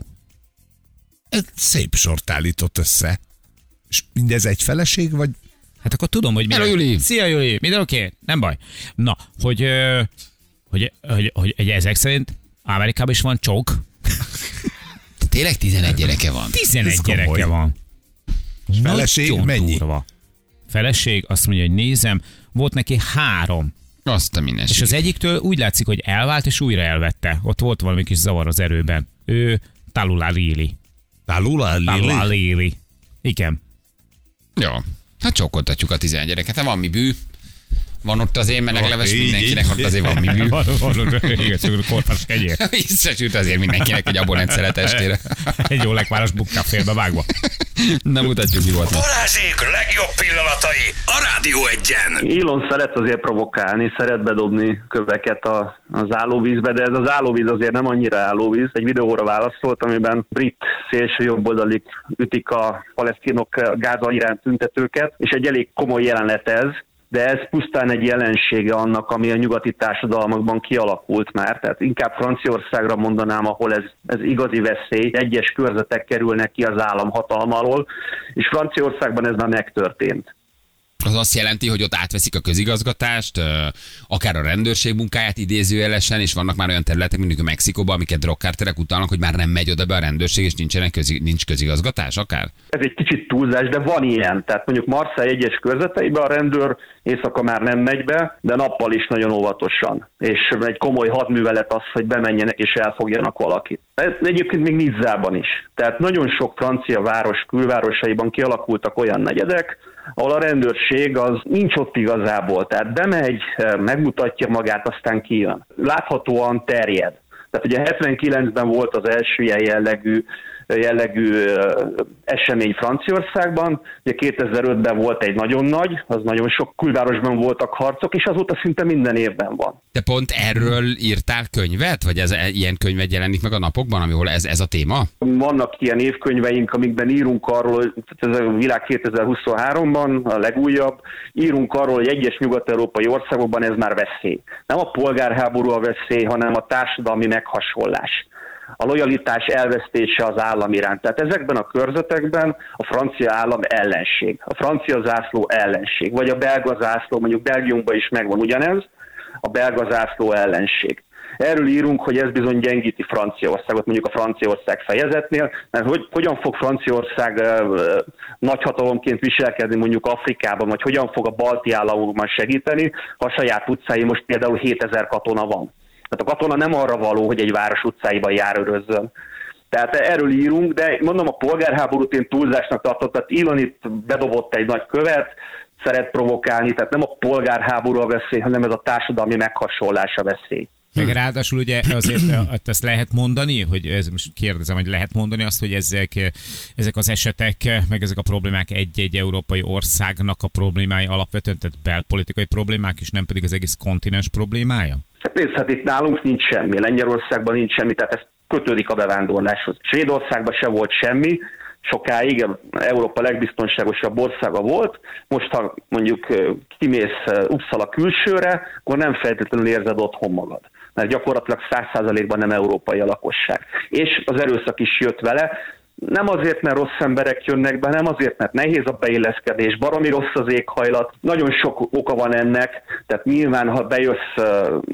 Ez szép sort állított össze. És mindez egy feleség, vagy? Hát akkor tudom, hogy... Hello, Juli! Szia, Juli! Minden oké? Okay? Nem baj. Na, hogy, hogy, hogy, hogy egy ezek szerint Amerikában is van csók. Tényleg tizenegy gyereke van? tizenegy gyereke van. És feleség Nagyon mennyi? Durva. Feleség, azt mondja, hogy nézem, volt neki három. Azt a minden. És az egyiktől úgy látszik, hogy elvált, és újra elvette. Ott volt valami kis zavar az erőben. Ő Talula Lili. Talula Lili? Talula Lili. Igen. Jó. Hát csókoltatjuk a tizenegy gyereket. Hát van mi bű. Van ott az én melegleves, Így, mindenkinek így. ott azért van mi bű. Van, van, igen, csak korpás kegyér. Visszasült azért mindenkinek egy abonent szeretestére. Egy jó lekváros bukkafélbe vágva. Na mutatjuk, mi volt. Balázsék legjobb pillanatai a Rádió Egyen. Elon szeret azért provokálni, szeret bedobni köveket a, az állóvízbe, de ez az állóvíz azért nem annyira állóvíz. Egy videóra válaszolt, amiben brit szélső jobboldalik ütik a palesztinok Gáza iránt tüntetőket, és egy elég komoly jelenet ez. De ez pusztán egy jelensége annak, ami a nyugati társadalmakban kialakult már. Tehát inkább Franciaországra mondanám, ahol ez, ez igazi veszély. Egyes körzetek kerülnek ki az állam hatalma alól, és Franciaországban ez már megtörtént. Az azt jelenti, hogy ott átveszik a közigazgatást, akár a rendőrség munkáját idézőjelesen, és vannak már olyan területek, mint a Mexikóban, amiket drogkárterek utalnak, hogy már nem megy oda be a rendőrség, és nincsenek közi, nincs közigazgatás akár? Ez egy kicsit túlzás, de van ilyen. Tehát mondjuk Marseille egyes körzeteiben a rendőr éjszaka már nem megy be, de nappal is nagyon óvatosan. És egy komoly hadművelet az, hogy bemenjenek és elfogjanak valakit. Ez egyébként még Nizzában is. Tehát nagyon sok francia város külvárosaiban kialakultak olyan negyedek, ahol a rendőrség az nincs ott igazából. Tehát bemegy, megmutatja magát, aztán kijön. Láthatóan terjed. Tehát ugye hetvenkilencben volt az első ilyen jellegű, jellegű esemény Franciaországban, ugye kétezer-ötben volt egy nagyon nagy, az nagyon sok külvárosban voltak harcok, és azóta szinte minden évben van. Te pont erről írtál könyvet? Vagy ez, ilyen könyvet jelenik meg a napokban, ahol ez, ez a téma? Vannak ilyen évkönyveink, amikben írunk arról, ez a világ kétezer-huszonháromban a legújabb, írunk arról, hogy egyes nyugat-európai országokban ez már veszély. Nem a polgárháború a veszély, hanem a társadalmi meghasonlás. A lojalitás elvesztése az állam iránt. Tehát ezekben a körzetekben a francia állam ellenség, a francia zászló ellenség, vagy a belga zászló, mondjuk Belgiumban is megvan ugyanez, a belga zászló ellenség. Erről írunk, hogy ez bizony gyengíti Franciaországot, mondjuk a Franciaország fejezetnél, mert hogy, hogyan fog Franciaország uh, nagyhatalomként viselkedni mondjuk Afrikában, vagy hogyan fog a balti államokban segíteni, ha a saját utcái most például hétezer katona van. Tehát a katona nem arra való, hogy egy város utcáiban járőrözzön. Tehát erről írunk, de mondom, a polgárháborút én túlzásnak tartott, tehát Elon itt bedobott egy nagy követ, szeret provokálni, tehát nem a polgárháború a veszély, hanem ez a társadalmi meghasonlás a veszély. Meg ráadásul ugye azért ezt lehet mondani, hogy ez, most kérdezem, hogy lehet mondani azt, hogy ezek, ezek az esetek, meg ezek a problémák egy-egy európai országnak a problémái alapvetően, tehát belpolitikai problémák, és nem pedig az egész kontinens problémája? Hát nézd, hát itt nálunk nincs semmi, Lengyelországban nincs semmi, tehát ez kötődik a bevándorláshoz. Svédországban se volt semmi, sokáig Európa legbiztonságosabb országa volt, most ha mondjuk kimész Uppsala külsőre, akkor nem feltétlenül érzed otthon magad, mert gyakorlatilag száz százalékban nem európai a lakosság. És az erőszak is jött vele, nem azért, mert rossz emberek jönnek be, nem azért, mert nehéz a beilleszkedés, baromi rossz az éghajlat, nagyon sok oka van ennek, tehát nyilván, ha bejössz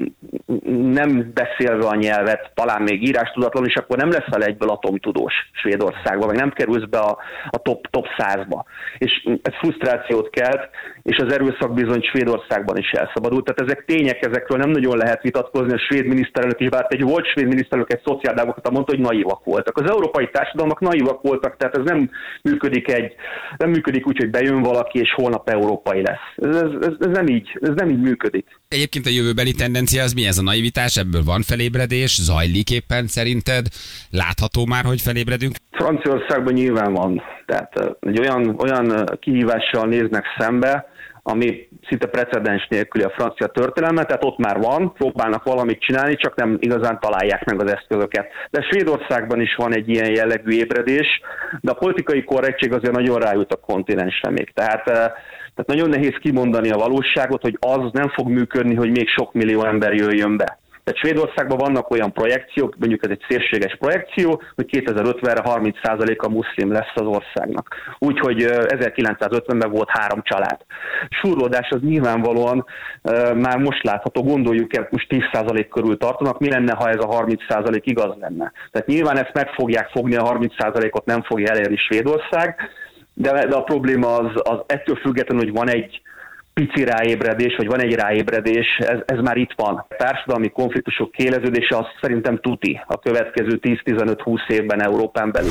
nem beszélve a nyelvet, talán még írástudatlanul, és akkor nem leszel egyből atomtudós Svédországba, meg nem kerülsz be a, a top, top százba. És ez frusztrációt kelt, és az erőszak bizony Svédországban is elszabadult. Tehát ezek tények, ezekről nem nagyon lehet vitatkozni. A svéd miniszterelnök is, bár egy volt svéd miniszterelnök, egy szociáldemokrata mondta, hogy naívak voltak. Az európai társadalmak naívak voltak, tehát ez nem működik egy, nem működik úgy, hogy bejön valaki, és holnap európai lesz. Ez, ez, ez, nem így, ez nem így működik. Egyébként a jövőbeli tendencia az mi? Ez a naivitás? Ebből van felébredés? Zajlik éppen szerinted? Látható már, hogy felébredünk? Franciaországban nyilván van. Tehát egy olyan, olyan kihívással néznek szembe, ami szinte precedens nélküli a francia történelme, tehát ott már van, próbálnak valamit csinálni, csak nem igazán találják meg az eszközöket. De Svédországban is van egy ilyen jellegű ébredés, de a politikai korrektség azért nagyon rájut a kontinensre még. Tehát, tehát nagyon nehéz kimondani a valóságot, hogy az nem fog működni, hogy még sok millió ember jöjjön be. Tehát Svédországban vannak olyan projekciók, mondjuk ez egy szélséges projekció, hogy kétezer-ötvenre harminc százaléka muszlim lesz az országnak. Úgyhogy ezerkilencszázötvenben volt három család. Súrlódás az nyilvánvalóan uh, már most látható, gondoljuk el, most tíz százalék körül tartanak, mi lenne, ha ez a harminc százalék igaz lenne. Tehát nyilván ezt meg fogják fogni, a harminc százalékot nem fogja elérni Svédország, de, de a probléma az, az ettől függetlenül, hogy van egy pici ráébredés, vagy van egy ráébredés, ez, ez már itt van. A társadalmi konfliktusok kiéleződése az szerintem tuti a következő tíz-tizenöt-húsz évben Európán belül.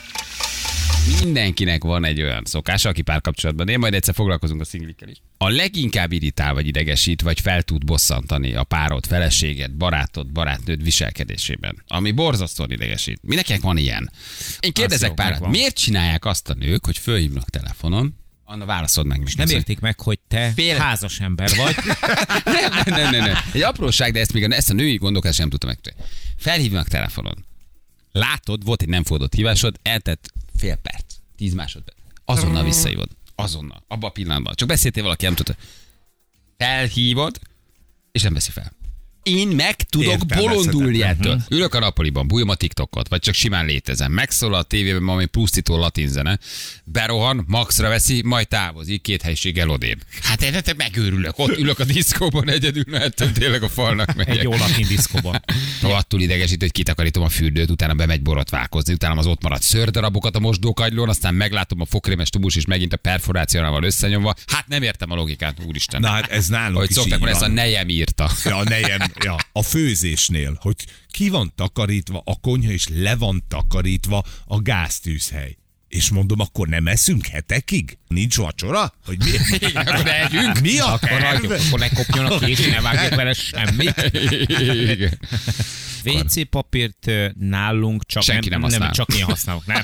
Mindenkinek van egy olyan szokása, aki párkapcsolatban él, majd egyszer foglalkozunk a szinglikkel is. A leginkább irritál vagy idegesít, vagy fel tud bosszantani a párod, feleséged, barátod, barátnőd viselkedésében, ami borzasztóan idegesít. Mindenkinek van ilyen. Én kérdezek párat, miért csinálják azt a nők, hogy fölhívnak telefonon, Anna, válaszod meg. És nem értik meg, hogy te Fél... házas ember vagy. nem, nem, nem, nem. Egy apróság, de ezt még ezt a női gondolkodást nem tudtam meg. Felhívnak telefonon. Látod, volt egy nem fordult hívásod, eltett fél perc, tíz másodperc. Azonnal visszahívod. Azonnal. Abban a pillanatban. Csak beszéltél valaki, nem tudta. Felhívod, és nem veszi fel. Én meg tudok bolondulni ettől. Uh-huh. Ülök a nappaliban, bújom a TikTokot, vagy csak simán létezem. Megszólal a tévében valami pusztító latin zene, berohan, maxra veszi, majd távozik, két helységgel odébb. Hát én te megőrülök, ott ülök a diszkóban egyedül, mert tényleg a falnak megyek. Egy jó latin diszkóban. Attól idegesít, hogy kitakarítom a fürdőt, utána bemegy borotválkozni, utána az ott maradt szőrdarabokat a mosdókagylón, aztán meglátom a fokrémes tubus is megint a perforációnál összenyomva. Hát nem értem a logikát, úristen. Na hát ez nálunk hogy is szokták, így hogy ezt a van. nejem írta. Ja, a nejem, ja, a főzésnél, hogy ki van takarítva a konyha, és le van takarítva a gáztűzhely. És mondom, akkor nem eszünk hetekig? Nincs vacsora? Hogy mi? Igen, akkor ne együnk. Mi a Akkor hagyjuk, akkor ne kopjon a kés, ne vágjuk vele semmit. Igen. vé cé papírt ö, nálunk csak Senki nem használ. Nem, csak én használok, nem.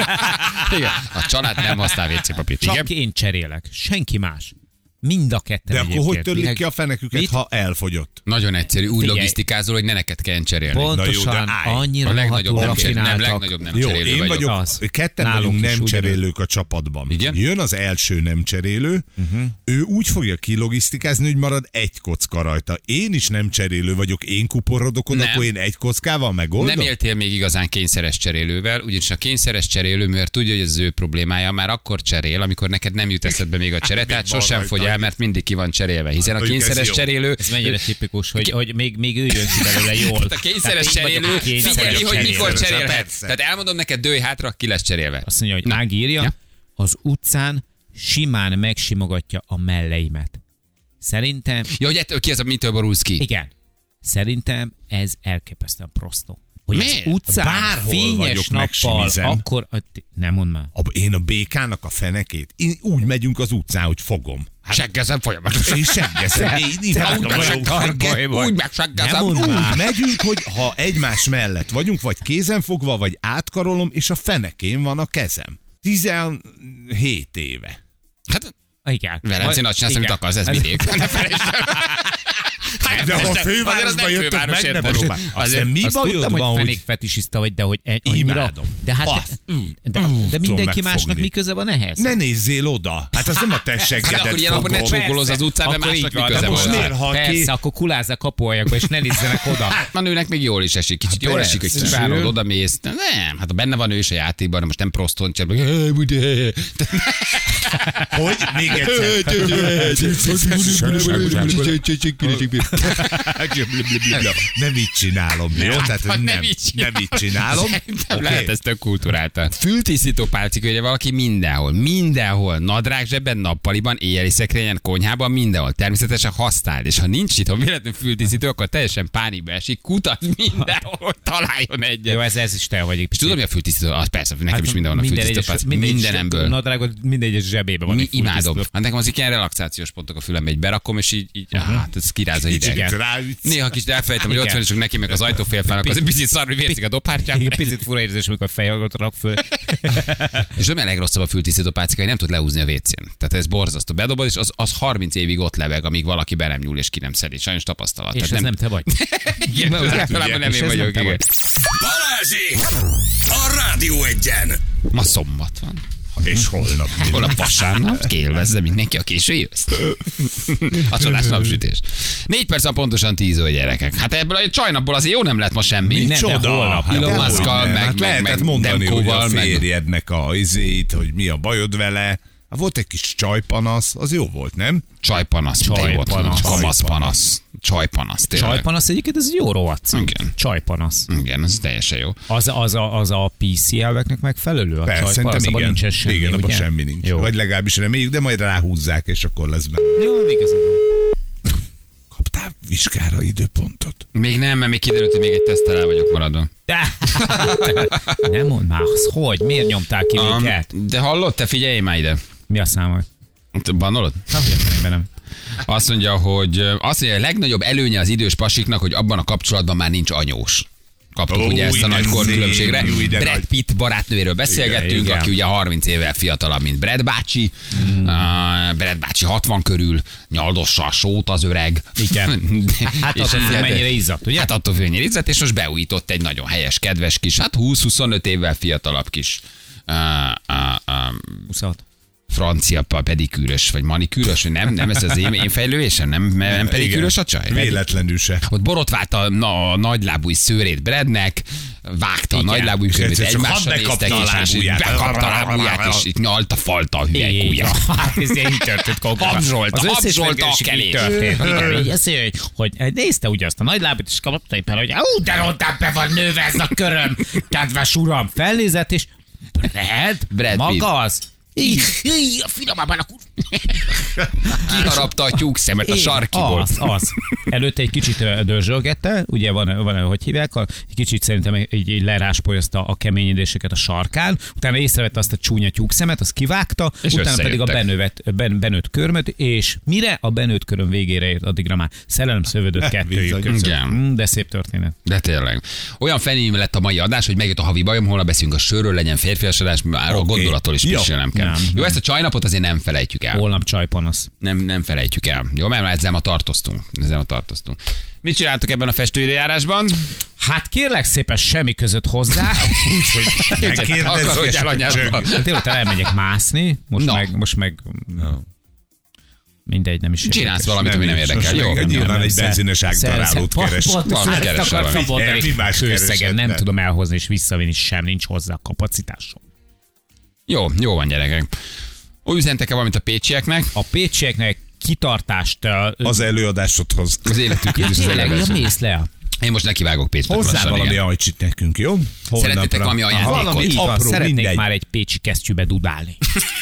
Igen. A család nem használ vé cé papírt. Csak Igen. én cserélek, senki más. Mind a ketten De akkor hogy egyébként. törlik Meg- ki a feneküket, Mit? ha elfogyott? Nagyon egyszerű, úgy Figyelj. logisztikázol, hogy ne neked kelljen cserélni. Pontosan, Na jó, de állj. annyira A legnagyobb nem, rohadtul cserélő, nem, rafináltak. legnagyobb nem Jó, cserélő én vagyok. vagyok, Az. ketten Nálunk vagyunk is nem ugyanez. cserélők a csapatban. Igen? Jön az első nem cserélő, uh-huh. ő úgy fogja kilogisztikázni, hogy marad egy kocka rajta. Én is nem cserélő vagyok, én kuporodok oda, Nem. akkor én egy kockával megoldom? Nem éltél még igazán kényszeres cserélővel, ugyanis a kényszeres cserélő, mert tudja, hogy ez az ő problémája, már akkor cserél, amikor neked nem jut eszedbe még a csere, tehát van sosem rajta. fogy el, mert mindig ki van cserélve, hiszen a Mondjuk ez kényszeres jó. cserélő... Ez mennyire tipikus, hogy, hogy még, még ő jön ki belőle jól. A kényszeres Tehát én vagyok cserélő a kényszeres figyeli, hogy cserélő. mikor Persze, cserélhet. persze. Tehát elmondom neked, dőj hátra, ki lesz cserélve. Azt mondja, hogy Na. Ági írja, Ja. az utcán simán megsimogatja a melleimet. Szerintem, Ja, hogy ettől ki az, mitől borulsz ki? igen, szerintem ez elképesztően prostó. Hogy Miért? az utcán Bárhol fényes vagyok, nappal, megsimizem. akkor... Nem mondd már. A, én a békának a fenekét, én úgy megyünk az utcán, hogy fogom. Seggezem folyamatosan. Én seggeszem, én imádom úgy a jó megseggezem, segget. úgy Nem megseggezem. mondd Úgy. már. Megyünk, hogy ha egymás mellett vagyunk, vagy kézenfogva, vagy átkarolom, és a fenekén van a kezem. tizenhét éve. Hát, Igen. Velencén azt csinálsz, amit Igen. akarsz, ez vidék. Ne felejtsd el. Hát, De ha azért az fővárosba nem jöttök főváros, meg, ne érted? próbálj. Aztán mi Azt bajod tudtam, van, hogy hogy fenékfetisista vagy, de hogy e- annyira... Imádom. De hát... Fasz. De, de mindenki megfogni. másnak mi köze van ehhez? ne nézzél oda. Hát az nem a te Hát seggedet akkor ilyen, akkor ne fogom. csókolozz az utcán, mert Akkor másnak így van, mi köze de most van. miért, ha Persze, ki- akkor kulázz a kapuajakba, és ne nézzenek oda. A nőnek még jól is esik, kicsit jól esik, hogy persze. kivárod, oda mész. Nem, hát ha benne van ő is a játékban, de most nem proston csak. Hogy? Még egyszer. Nem így csinálom, jó? Tehát Hát, nem, nem így csinálom. nem így csinálom. Szerintem Oké? lehet ez tök kulturáltan. Fültisztító pálcika, ugye valaki mindenhol, mindenhol, nadrág zsebben, nappaliban, éjjeli szekrényen, konyhában, mindenhol. Természetesen használd, és ha nincs itt, ha véletlenül fültisztító, akkor teljesen pánikba esik, kutat mindenhol, hogy találjon egyet. Jó, ez, ez is te vagy egy És tudod, mi a fültisztító? Az persze, nekem is mindenhol a minden fültisztító egyes- pálcika. Mindenemből. Nadrágod minden egyes zsebében van. Mi egy imádom. fültisztító. Hát nekem az ilyen relaxációs pontok a fülembe, egy berakom, és így, így uh-huh. hát ez kiráz a Kicsit hideg. ráütsz. Néha kis elfelejtem, hogy ott Igen. van, és csak neki meg az ajtófélfának, az egy picit szar, hogy vérzik a dobhártyát. Igen, picit fura érzés, amikor fejhallgatot rak föl. És ami a legrosszabb a fültisztító pálcika, hogy nem tud leúzni a vécén. Tehát ez borzasztó. Bedobod, és az, az harminc évig ott lebeg, amíg valaki be nem nyúl, és ki nem szedi. Sajnos tapasztalat. És ez Tehát nem te vagy. Igen, az általában nem És én ez nem vagyok. te Igen. vagy. Balázsék! A Rádió Egyen! Ma szombat van. És holnap. Holnap vasárnap, élvezze mindenki a késő jössz. A csodás napsütés. Négy perc van pontosan tíz óra, gyerekek. Hát ebből a csajnapból azért jó nem lett ma semmi. Nem, de Csoda. holnap. Hát Elon dehogy Muskkal, nem. meg- Hát meg- lehetett meg mondani, hogy Demkóval, a meg- férjednek a izét, hogy mi a bajod vele. Hát volt egy kis csajpanasz, az jó volt, nem? Csajpanasz. Csajpanasz. Csajpanasz. Kamaszpanasz. Csajpanasz. tényleg. Csajpanasz egyébként ez egy jó rovat cím. Igen. Csajpanasz. Igen, ez teljesen jó. Az, az, a, az a pé cé elveknek megfelelő? A Persze, csajpanasz? szerintem Abban igen. nincsen semmi, igen, abban ugye? semmi nincs. Jó. Vagy legalábbis reméljük, de majd ráhúzzák, és akkor lesz benne. Jó, igazad van. Kaptál vizsgára időpontot? Még nem, mert még kiderült, hogy még egy tesztel el vagyok maradva. Nem mondd már, az hogy? Miért nyomtál ki Um, minket? de hallod, te figyelj már ide. Mi a számod? Bannolod? Hát, hogy nem. Azt mondja, hogy azt mondja, a legnagyobb előnye az idős pasiknak, hogy abban a kapcsolatban már nincs anyós. Kaptuk Ó, ugye ezt a de nagy szép, korkülönbségre. jó, de Brad nagy. Pitt barátnővéről beszélgettünk, Igen, aki igen. ugye harminc évvel fiatalabb, mint Brad bácsi. Mm. Uh, Brad bácsi hatvan körül, nyaldossa a sót az öreg. Igen. Hát És attól függ, hát- mennyire izzadt, ugye? Hát attól függ, mennyire izzadt, és most beújított egy nagyon helyes, kedves kis, hát húsz-huszonöt évvel fiatalabb kis uh, uh, uh, huszonhat. francia pedikűrös, vagy manikűrös, vagy nem, nem ez az én, én fejlővésem, nem, nem pedikűrös a csaj? Véletlenül se. Ott borotvált a, a nagylábúj szőrét Bradnek, vágta a nagylábúj szőrét, egymásra néztek, és bekapta a búját, és itt nyalta falta a hülye kúja. Hát ez így történt konkrétan. Habzsolta, habzsolta a kelés. Igen, hogy nézte ugye azt a nagylábút, és kapta éppen, hogy ú, de rontán be van nőve ez a köröm, kedves uram. Felnézett, és Brad, Brad maga az. Így, így, a finomában a kur... Kiharapta a tyúk szemet a sarkiból. Az, az. Előtte egy kicsit dörzsölgette, ugye van, van hogy hívják, egy kicsit szerintem így, így leráspolyoszta a keményedéseket a sarkán, utána észrevette azt a csúnya tyúkszemet, azt kivágta, és utána pedig a benővet, ben, benőtt körmöt, és mire a benőtt köröm végére ért, addigra már szerelem szövődött kettőjük között. De szép történet. De tényleg. Olyan fenyém lett a mai adás, hogy megjött a havi bajom, holnap beszélünk a sörről, legyen férfias adás, már okay. A gondolattól is pisilnem kell. Nem, Jó, ezt a csajnapot azért nem felejtjük el. Holnap csajpanasz. Nem, nem felejtjük el. Jó, mert már ezzel ma tartoztunk. Ezzel ma tartoztunk. Mit csináltok ebben a festőidőjárásban? Hát kérlek szépen semmi között hozzá. Úgyhogy akarodjál anyádba. Délután elmegyek mászni, most no. meg, most meg no. mindegy, nem is csinálsz érdekes. valamit, ami nem érdekel. Jó, nyilván egy benzines ágdarálót keres. Valamit keresel vele. Kőszegen nem tudom elhozni és visszavinni, sem nincs hozzá a kapacitásom. Jó, jó van, gyerekek. Úgy üzentek-e valamit a pécsieknek? A pécsieknek kitartást... Az előadásodhoz. Az életük is az előadásod. Mész le. Én most nekivágok Pécsnek. Hozzá valami ajcsit nekünk, jó? Szeretnétek valami ajándékot? Valami apró, Szeretnék mindegy. már egy pécsi kesztyűbe dudálni.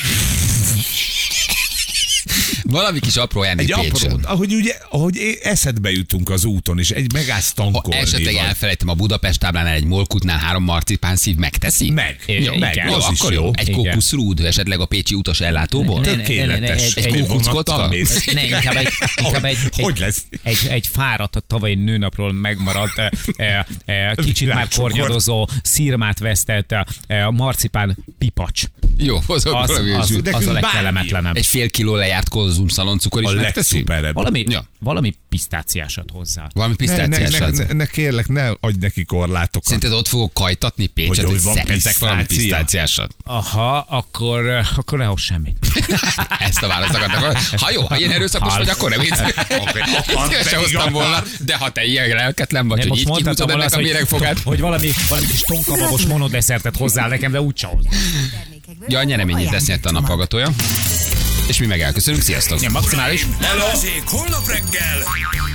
Valami kis apró ajándék Pécsen. Apró, ahogy ugye, ahogy eszedbe jutunk az úton, és egy megállsz tankolni. Ha esetleg vagy. Elfelejtem a Budapest táblánál egy molkutnál három marcipán szív, megteszi? Meg. Jó, meg. Jó, Az akkor jó. jó. Egy kókuszrúd, esetleg a pécsi utas ellátóból? Tökéletes. Egy kókuckocka? Ne, inkább egy, inkább egy, hogy lesz? Egy, egy fáradt a tavalyi nőnapról megmaradt, e, e, kicsit már kornyadozó, szírmát vesztett, e, a marcipán pipacs. Jó, az, az, az, az a legkellemetlenebb. Egy fél kiló lejárt konzum szaloncukor is megteszi? Valami, ja. valami pisztáciásat hozzá. Valami pisztáciásat. Ne, ne, ne, ne kérlek, ne adj neki korlátokat. Szerinted ott fogok kajtatni Pécset, hogy, hogy szeretek valami pisztáciásat? Aha, akkor, akkor ne hoz semmit. Ezt a választ akartam. Ha jó, ha ilyen erőszakos vagy, akkor nem hisz. Ezt sem hoztam volna, de ha te ilyen lelketlen vagy, hogy így kihúzod ennek a méregfogát. Hogy valami, valami kis tonkababos monodesszertet hozzál nekem, de úgyse hoz. Ja, a nyereményét lesz nyert a naphallgatója. És mi meg elköszönünk. Sziasztok! Ja, maximális. Balázsék holnap reggel